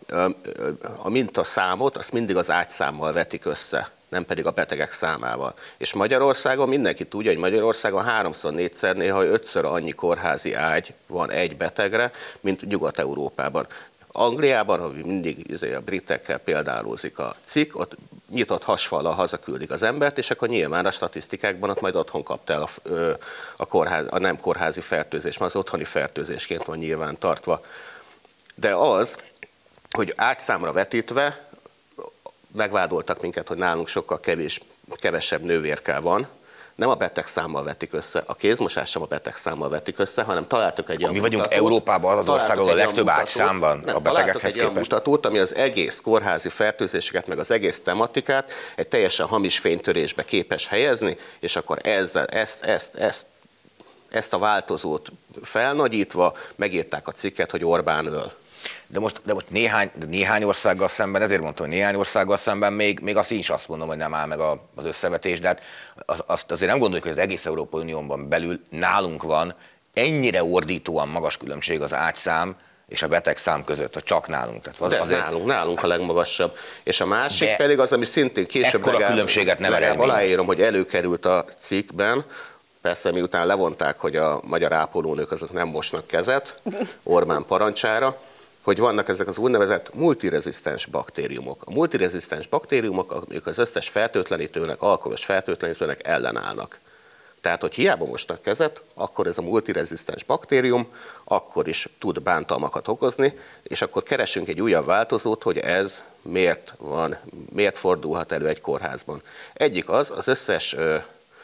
a mintaszámot azt mindig az ágyszámmal vetik össze, nem pedig a betegek számával. És Magyarországon mindenki tudja, hogy Magyarországon háromszor, négyszer, néha ötször annyi kórházi ágy van egy betegre, mint Nyugat-Európában. Angliában, ahogy mindig a britekkel példálózik a cikk, ott nyitott hasfallal hazaküldik az embert, és akkor nyilván a statisztikákban ott majd otthon kapta el a, a, kórház, a nem kórházi fertőzés, mert az otthoni fertőzésként van nyilván tartva. De az, hogy ágyszámra vetítve megvádoltak minket, hogy nálunk sokkal kevés, kevesebb nővérkel van, nem a betegszámmal vetik össze, a kézmosás sem a betegszámmal vetik össze, hanem találtuk egy olyan Mi vagyunk mutatót, Európában az országban a legtöbb ágyszámban a betegekhez egy olyan mutatót, ami az egész kórházi fertőzéseket, meg az egész tematikát egy teljesen hamis fénytörésbe képes helyezni, és akkor ezzel, ezt, ezt, ezt, ezt a változót felnagyítva megírták a cikket, hogy Orbán öl. De most, de most néhány, de néhány országgal szemben, ezért mondtam, hogy néhány országgal szemben még, még azt is azt mondom, hogy nem áll meg a, az összevetés, de hát az, azt azért nem gondoljuk, hogy az egész Európai Unióban belül nálunk van ennyire ordítóan magas különbség az ágyszám és a betegszám között, hogy csak nálunk. Tehát az, de azért... nálunk, nálunk a legmagasabb. És a másik de pedig az, ami szintén később legalább, különbséget nem legalább aláírom, hogy előkerült a cikkben, persze miután levonták, hogy a magyar ápolónők azok nem mosnak kezet Orbán parancsára, hogy vannak ezek az úgynevezett multirezisztens baktériumok. A multirezisztens baktériumok, amik az összes fertőtlenítőnek, alkoholos fertőtlenítőnek ellenállnak. Tehát, hogy hiába mosnak kezet, akkor ez a multirezisztens baktérium akkor is tud bántalmakat okozni, és akkor keresünk egy újabb változót, hogy ez miért van, miért fordulhat elő egy kórházban. Egyik az, az összes ö,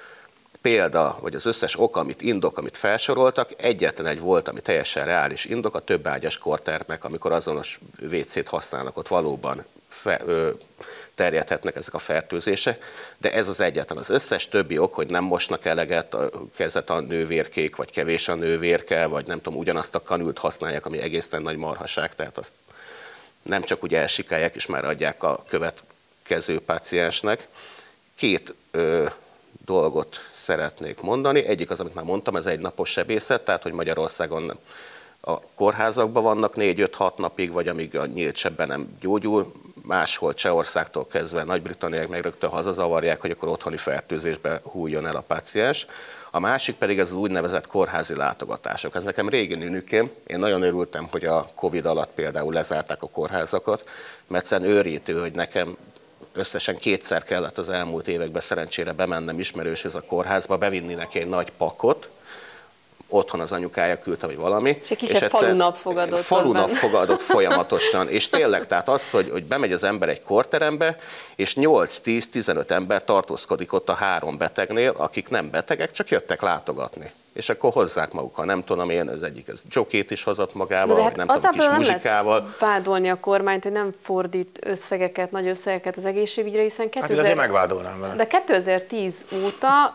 példa, vagy az összes ok, amit indok, amit felsoroltak, egyetlen egy volt, ami teljesen reális indok, a több ágyas kórtermek, amikor azonos vé cét használnak, ott valóban fe, ö, terjedhetnek ezek a fertőzések, de ez az egyetlen. Az összes többi ok, hogy nem mosnak eleget a kezet a nővérkék, vagy kevés a nővérke, vagy nem tudom, ugyanazt a kanült használják, ami egészen nagy marhaság, tehát azt nem csak úgy elsikálják, és már adják a következő páciensnek. Két ö, dolgot szeretnék mondani. Egyik az, amit már mondtam, ez egy napos sebészet, tehát hogy Magyarországon a kórházakban vannak négy-öt-hat napig, vagy amíg a nyílt sebben nem gyógyul, máshol Csehországtól kezdve Nagy-Britanniák meg rögtön hazazavarják, hogy akkor otthoni fertőzésbe hújjon el a páciens. A másik pedig ez az úgynevezett kórházi látogatások. Ez nekem régi nünükém. Én nagyon örültem, hogy a Covid alatt például lezárták a kórházakat, mert egyszerűen őrítő, hogy nekem összesen kétszer kellett az elmúlt években szerencsére bemennem ismerőshez a kórházba, bevinni neki egy nagy pakot, otthon az anyukája küldte, vagy valami. És egy kisebb falunap fogadott. Falunap fogadott folyamatosan, és tényleg, tehát az, hogy, hogy bemegy az ember egy kórterembe, és nyolc-tíz-tizenöt ember tartózkodik ott a három betegnél, akik nem betegek, csak jöttek látogatni. És akkor hozzák magukkal, nem tudom én, az egyik ez dzsokét is hozott magával, de hát nem tudom, kis muzsikával. Lehet vádolni a kormányt, hogy nem fordít összegeket, nagy összegeket az egészségügyre, hiszen kétezer... hát azért megvádolnám vele. De kétezer-tíz óta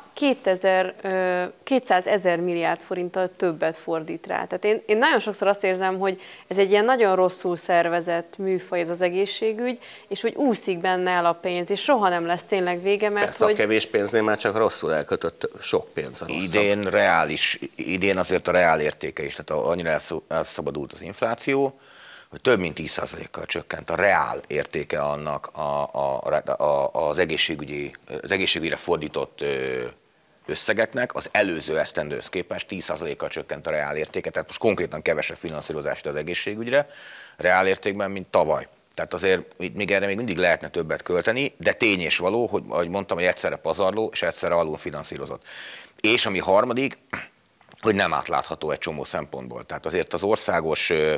kétszázezer milliárd forinttal többet fordít rá. Tehát én, én nagyon sokszor azt érzem, hogy ez egy ilyen nagyon rosszul szervezett műfaj ez az egészségügy, és hogy úszik benne el a pénz, és soha nem lesz tényleg vége, mert persze, hogy... a kevés pénznél már csak rosszul elkötött sok pénz a rosszabb. Idén reális, idén azért a reál értéke is, tehát annyira elszabadult az infláció, hogy több mint tíz százalékkal csökkent a reál értéke annak a, a, a, az, egészségügyi, az egészségügyre fordított összegeknek, az előző esztendőhöz képest tíz százalékkal csökkent a reál értéke, tehát most konkrétan kevesebb finanszírozást az egészségügyre, reál értékben, mint tavaly. Tehát azért még erre még mindig lehetne többet költeni, de tény és való, hogy ahogy mondtam, hogy egyszerre pazarló és egyszerre alul finanszírozott. És ami harmadik, hogy nem átlátható egy csomó szempontból. Tehát azért az országos ö,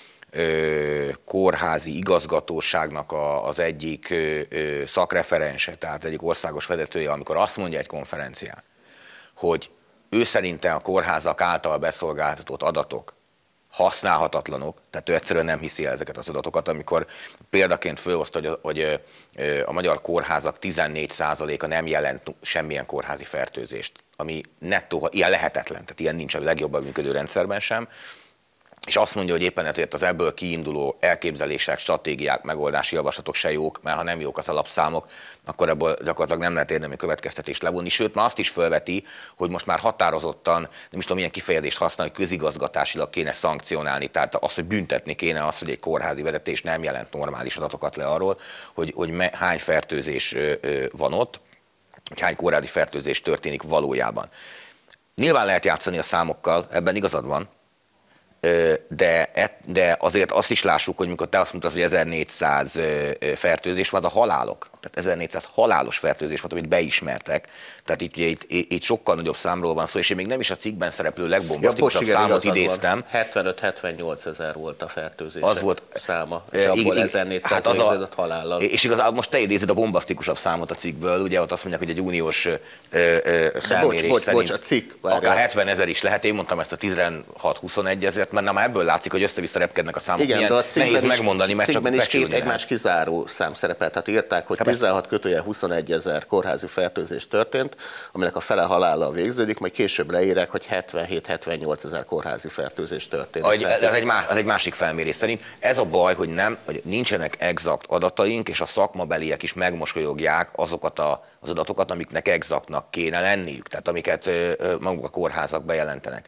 ö, kórházi igazgatóságnak a, az egyik ö, ö, szakreferense, tehát egyik országos vezetője, amikor azt mondja egy konferencián, hogy ő szerinte a kórházak által beszolgáltatott adatok használhatatlanok, tehát ő egyszerűen nem hiszi el ezeket az adatokat, amikor példaként fölhozta, hogy, hogy a magyar kórházak tizennégy százaléka nem jelent semmilyen kórházi fertőzést, ami nettó, ilyen lehetetlen, tehát ilyen nincs a legjobban működő rendszerben sem, és azt mondja, hogy éppen ezért az ebből kiinduló elképzelések, stratégiák, megoldási javaslatok se jók, mert ha nem jók az alapszámok, akkor ebből gyakorlatilag nem lehet érdemi következtetést levonni. Sőt, már azt is felveti, hogy most már határozottan, nem is tudom, milyen kifejezést használni, hogy közigazgatásilag kéne szankcionálni. Tehát az, hogy büntetni kéne azt, hogy egy kórházi vezetés nem jelent normális adatokat le arról, hogy, hogy hány fertőzés van ott, hogy hány kórházi fertőzés történik valójában. Nyilván lehet játszani a számokkal, ebben igazad van, De, de azért azt is lássuk, hogy amikor te azt mondtad, hogy ezernégyszáz fertőzés van, a halálok, tehát ezernégyszáz halálos fertőzés volt, amit beismertek, tehát itt, itt, itt sokkal nagyobb számról van szó, és én még nem is a cikkben szereplő legbombasztikusabb ja, számot idéztem. hetvenöt-hetvennyolc ezer volt a fertőzések az volt, száma, és e, abból ezernégyszáz hát az a, halállal. És igazából most te idézed a bombasztikusabb számot a cikkből, ugye ott azt mondják, hogy egy uniós ö, ö, felmérés bocs, szerint bocs, a cikk, akár hetvenezer is lehet, én mondtam ezt a tizenhat-huszonegy ezeret, mert már ebből látszik, hogy össze-vissza repkednek a számok. Igen, milyen de a nehéz is, megmondani, mert csak is két egymás kizáró szám szerepel. Tehát írták, hogy tizenhat kötője huszonegy ezer kórházi fertőzés történt, aminek a fele halállal végződik, majd később leírják, hogy hetvenhét-hetvennyolc ezer kórházi fertőzés történt. Az egy, más, az egy másik felmérés szerint. Ez a baj, hogy nem, hogy nincsenek exakt adataink, és a szakmabeliek is megmosolyogják azokat a, az adatokat, amiknek exaktnak kéne lenniük, tehát amiket maguk a kórházak bejelentenek.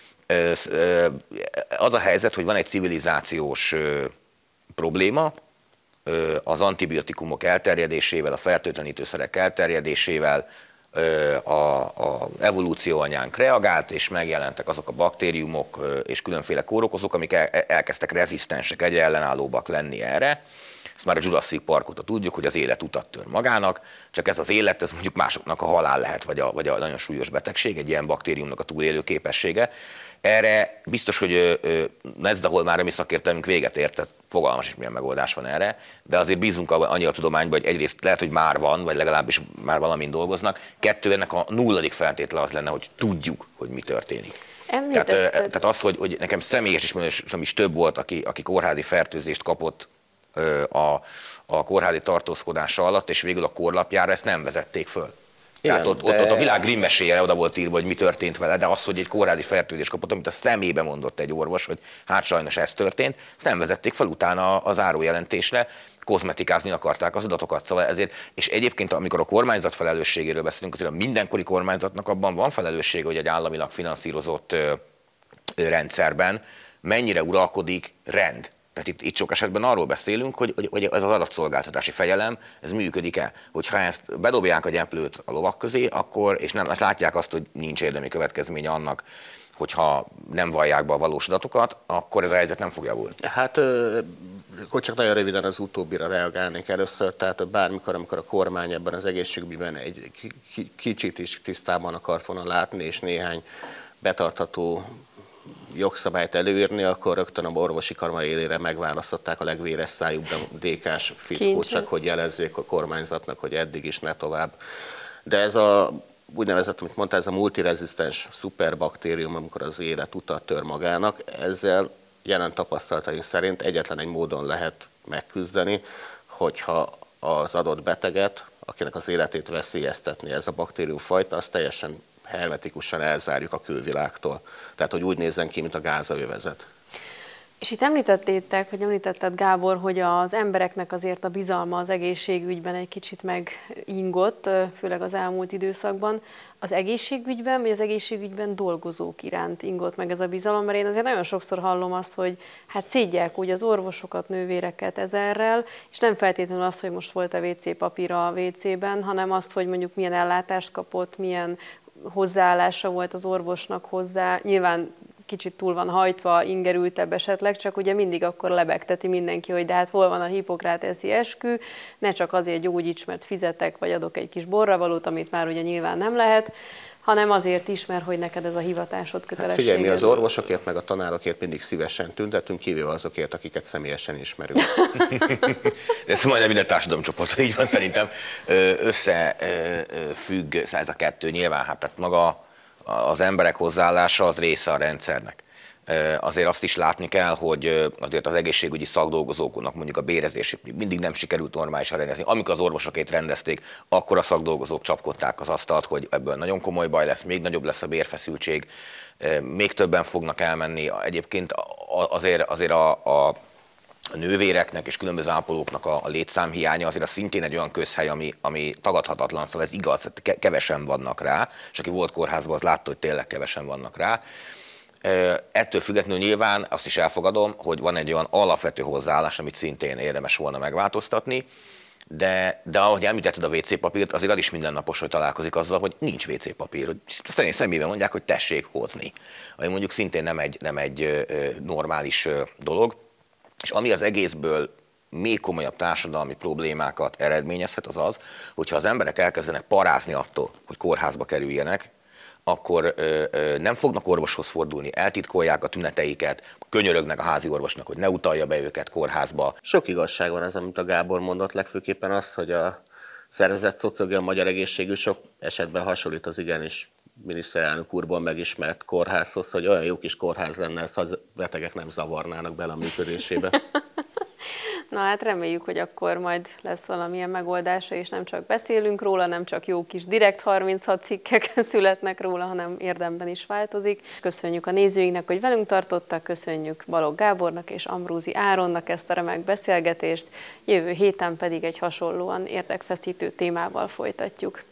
Az a helyzet, hogy van egy civilizációs probléma, az antibiotikumok elterjedésével, a fertőtlenítőszerek elterjedésével az evolúció anyánk reagált, és megjelentek azok a baktériumok és különféle kórokozók, amik elkezdtek rezisztensek, egyre ellenállóbbak lenni erre. Ezt már a Jurassic Parkot tudjuk, hogy az élet utat tör magának, csak ez az élet, ez mondjuk másoknak a halál lehet, vagy a, vagy a nagyon súlyos betegség, egy ilyen baktériumnak a túlélő képessége. Erre biztos, hogy ez, ahol már a mi szakértelmünk véget ért, tehát fogalmas is milyen megoldás van erre, de azért bízunk annyi a tudományban, hogy egyrészt lehet, hogy már van, vagy legalábbis már valamin dolgoznak, kettő, ennek a nulladik feltétele az lenne, hogy tudjuk, hogy mi történik. Tehát, tehát az, hogy, hogy nekem személyes ismerősöm is több volt, aki, aki kórházi fertőzést kapott a, a kórházi tartózkodása alatt, és végül a kórlapjára ezt nem vezették föl. Igen, tehát ott, de... ott a világ Grimm mesélye oda volt írva, hogy mi történt vele, de az, hogy egy kórházi fertőzést kapott, amit a szemébe mondott egy orvos, hogy hát sajnos ez történt, ezt nem vezették fel utána a zárójelentésre, kozmetikázni akarták az adatokat. Szóval ezért, és egyébként, amikor a kormányzat felelősségéről beszélünk, azért a mindenkori kormányzatnak abban van felelőssége, hogy egy államilag finanszírozott ö, ö, rendszerben mennyire uralkodik rend. Tehát itt, itt sok esetben arról beszélünk, hogy, hogy, hogy ez az adatszolgáltatási fegyelem, ez működik-e. Hogyha ezt bedobják a gyeplőt a lovak közé, akkor, és nem, és látják azt, hogy nincs érdemi következménye annak, hogyha nem vallják be a valós adatokat, akkor ez a helyzet nem fog javulni. Hát, akkor csak nagyon röviden az utóbbira reagálnék először, tehát bármikor, amikor a kormány ebben az egészségügyben egy kicsit is tisztában akart volna látni, és néhány betartható jogszabályt előírni, akkor rögtön a orvosi kamara élére megválasztották a legvéres szájú dé ká-s fickót, csak hogy jelezzék a kormányzatnak, hogy eddig is, ne tovább. De ez a úgynevezett, amit mondta, ez a multirezisztens szuperbaktérium, amikor az élet utat tör magának, ezzel jelen tapasztalataink szerint egyetlen egy módon lehet megküzdeni, hogyha az adott beteget, akinek az életét veszélyeztetni ez a baktériumfajta, azt teljesen hermetikusan elzárjuk a külvilágtól. Tehát, hogy úgy nézzen ki, mint a Gázaövezet. És itt említettétek, vagy említetted, Gábor, hogy az embereknek azért a bizalma az egészségügyben egy kicsit megingott, főleg az elmúlt időszakban. Az egészségügyben, vagy az egészségügyben dolgozók iránt ingott meg ez a bizalom, mert én azért nagyon sokszor hallom azt, hogy hát szédják úgy az orvosokat, nővéreket ezerrel, és nem feltétlenül az, hogy most volt a vé cé papír a vé cében, hanem azt, hogy mondjuk milyen ellátást kapott, milyen hozzáállása volt az orvosnak hozzá. Nyilván kicsit túl van hajtva, ingerültebb esetleg, csak ugye mindig akkor lebegteti mindenki, hogy de hát hol van a hipokráteszi eskü, ne csak azért gyógyíts, mert fizetek, vagy adok egy kis borravalót, amit már ugye nyilván nem lehet, hanem azért is, mert hogy neked ez a hivatásod, kötelességed. Hát figyelj, mi az orvosokért, meg a tanárokért mindig szívesen tüntetünk, kivéve azokért, akiket személyesen ismerünk. Ez majdnem minden társadalomcsoport, így van szerintem. Összefügg ez a kettő nyilván, hát tehát maga az emberek hozzáállása az része a rendszernek. Azért azt is látni kell, hogy azért az egészségügyi szakdolgozóknak mondjuk a bérezését mindig nem sikerült normálisan rendezni. Amikor az orvosokét rendezték, akkor a szakdolgozók csapkodták az asztalt, hogy ebből nagyon komoly baj lesz, még nagyobb lesz a bérfeszültség, még többen fognak elmenni. Egyébként azért, azért a, a a nővéreknek és különböző ápolóknak a, a létszámhiánya azért az szintén egy olyan közhely, ami, ami tagadhatatlan, szóval ez igaz, kevesen vannak rá, és aki volt kórházban, az látta, hogy tényleg kevesen vannak rá. Ettől függetlenül nyilván azt is elfogadom, hogy van egy olyan alapvető hozzáállás, amit szintén érdemes volna megváltoztatni, de, de ahogy említetted a vé cé papírt, azért az is mindennapos, hogy találkozik azzal, hogy nincs vé cé papír. Hogy szerint személyben mondják, hogy tessék hozni. Ami mondjuk szintén nem egy, nem egy normális dolog. És ami az egészből még komolyabb társadalmi problémákat eredményezhet, az az, hogyha az emberek elkezdenek parázni attól, hogy kórházba kerüljenek, akkor ö, ö, nem fognak orvoshoz fordulni, eltitkolják a tüneteiket, könyörögnek a házi orvosnak, hogy ne utalja be őket kórházba. Sok igazság van az, amit a Gábor mondott, legfőképpen az, hogy a szervezett szociológia a magyar egészségügy sok esetben hasonlít az igenis miniszterelnök úrból megismert kórházhoz, hogy olyan jó kis kórház lenne ez, ha betegek nem zavarnának bele a működésébe. Na hát reméljük, hogy akkor majd lesz valamilyen megoldása, és nem csak beszélünk róla, nem csak jó kis direkt harminchat cikkek születnek róla, hanem érdemben is változik. Köszönjük a nézőinknek, hogy velünk tartottak, köszönjük Balogh Gábornak és Ambrózi Áronnak ezt a remek beszélgetést, jövő héten pedig egy hasonlóan érdekfeszítő témával folytatjuk.